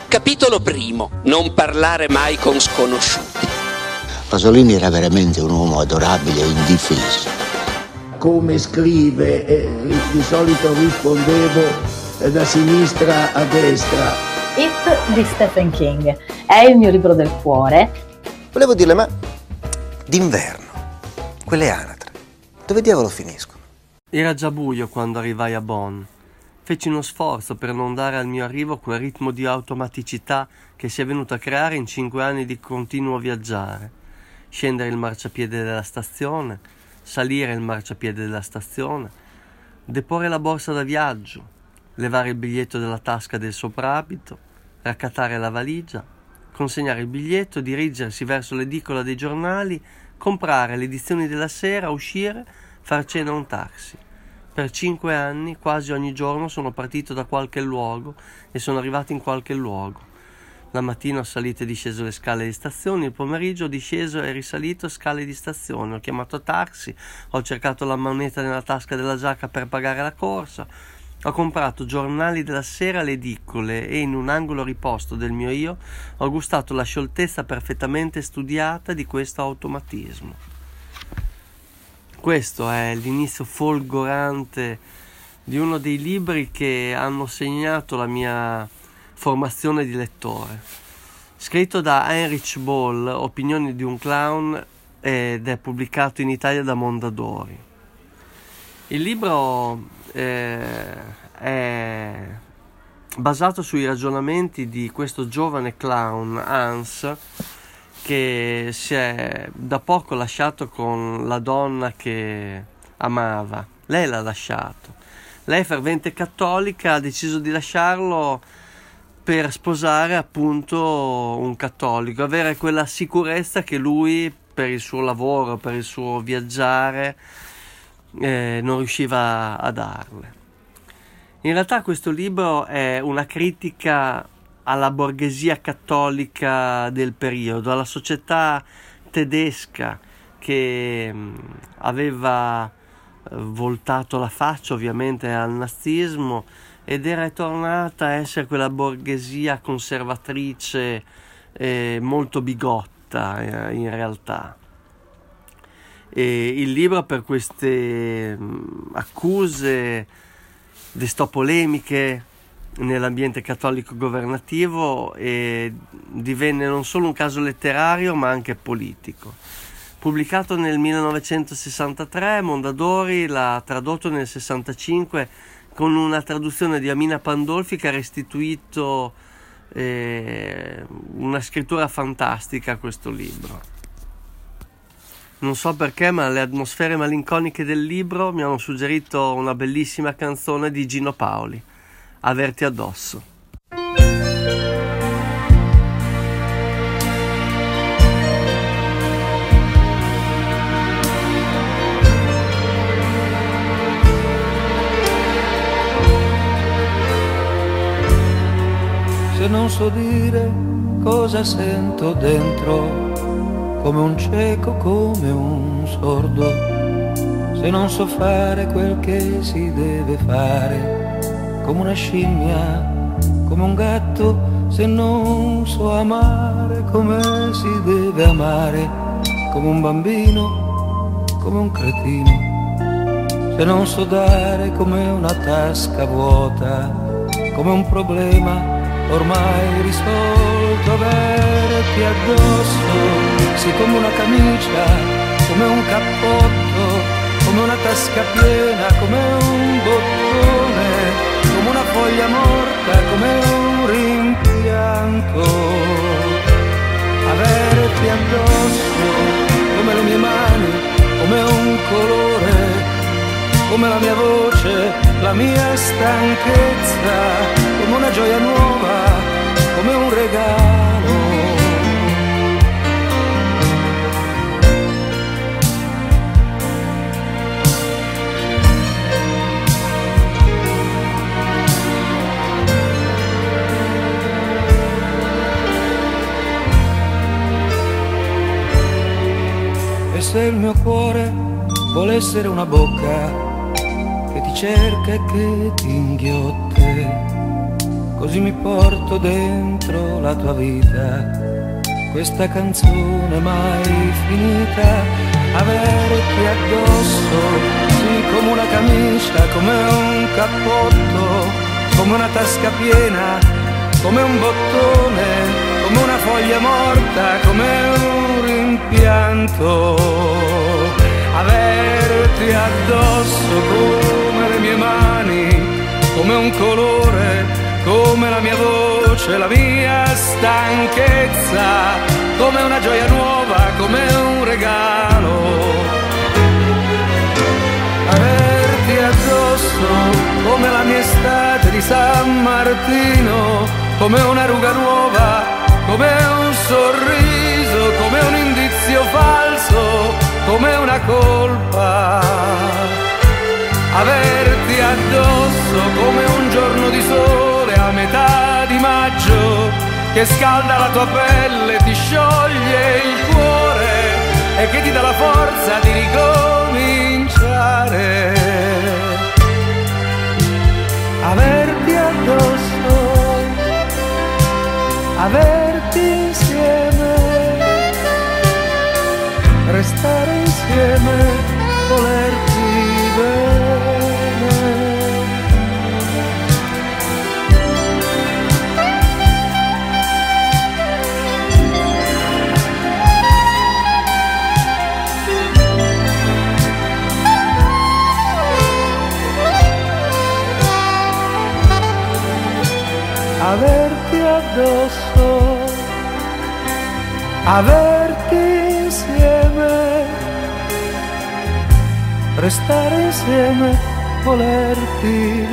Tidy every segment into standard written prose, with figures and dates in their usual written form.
Capitolo primo. Non parlare mai con sconosciuti. Pasolini era veramente un uomo adorabile e indifeso. Come scrive, di solito rispondevo da sinistra a destra. It di Stephen King è il mio libro del cuore. Volevo dirle, ma d'inverno, quelle anatre, dove diavolo finiscono? Era già buio quando arrivai a Bonn. Feci uno sforzo per non dare al mio arrivo quel ritmo di automaticità che si è venuto a creare in 5 anni di continuo viaggiare. Scendere il marciapiede della stazione, salire il marciapiede della stazione, deporre la borsa da viaggio, levare il biglietto dalla tasca del soprabito, raccattare la valigia, consegnare il biglietto, dirigersi verso l'edicola dei giornali, comprare le edizioni della sera, uscire, far cena a un taxi. Per 5 anni, quasi ogni giorno, sono partito da qualche luogo e sono arrivato in qualche luogo. La mattina ho salito e disceso le scale di stazione, il pomeriggio ho disceso e risalito scale di stazione, ho chiamato taxi, ho cercato la moneta nella tasca della giacca per pagare la corsa, ho comprato giornali della sera alle edicole e in un angolo riposto del mio io ho gustato la scioltezza perfettamente studiata di questo automatismo. Questo è l'inizio folgorante di uno dei libri che hanno segnato la mia formazione di lettore. Scritto da Heinrich Böll, Opinioni di un clown, ed è pubblicato in Italia da Mondadori. Il libro è basato sui ragionamenti di questo giovane clown, Hans, che si è da poco lasciato con la donna che amava. Lei l'ha lasciato. Lei, fervente cattolica, ha deciso di lasciarlo per sposare appunto un cattolico, avere quella sicurezza che lui, per il suo lavoro, per il suo viaggiare, non riusciva a darle. In realtà questo libro è una critica alla borghesia cattolica del periodo, alla società tedesca che aveva voltato la faccia ovviamente al nazismo ed era tornata a essere quella borghesia conservatrice molto bigotta in realtà. E il libro, per queste accuse, destò polemiche nell'ambiente cattolico governativo e divenne non solo un caso letterario ma anche politico. Pubblicato nel 1963, Mondadori l'ha tradotto nel 65 con una traduzione di Amina Pandolfi che ha restituito una scrittura fantastica a questo libro. Non so perché, ma le atmosfere malinconiche del libro mi hanno suggerito una bellissima canzone di Gino Paoli, Averti addosso. Se non so dire cosa sento dentro, come un cieco, come un sordo, se non so fare quel che si deve fare, come una scimmia, come un gatto, se non so amare come si deve amare, come un bambino, come un cretino, se non so dare come una tasca vuota, come un problema ormai risolto, averti addosso, sì, come una camicia, come un cappotto, come una tasca piena, come un bottone, come una foglia morta, come un rimpianto, averti addosso, come le mie mani, come un colore, come la mia voce, la mia stanchezza, come una gioia nuova, come un regalo. E se il mio cuore vuole essere una bocca che ti cerca e che ti inghiotte, così mi porto dentro la tua vita, questa canzone mai finita, averti addosso, sì, come una camicia, come un cappotto, come una tasca piena, come un bottone, come una foglia morta, come un rimpianto, averti addosso come le mie mani, come un colore, come la mia voce, la mia stanchezza, come una gioia nuova, come un regalo. Averti addosso come la mia estate di San Martino, come una ruga nuova, come un sorriso, come un indizio falso, come una colpa. Averti addosso come un giorno di sole a metà di maggio, che scalda la tua pelle, ti scioglie il cuore e che ti dà la forza di ricominciare. Averti addosso, averti insieme, restare insieme, volerti bene. Averti addosso, averti insieme, restare insieme, volerti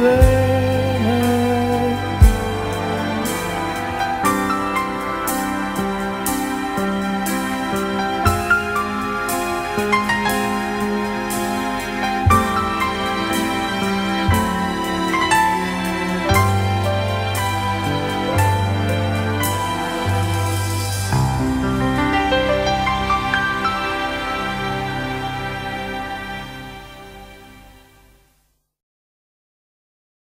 bene.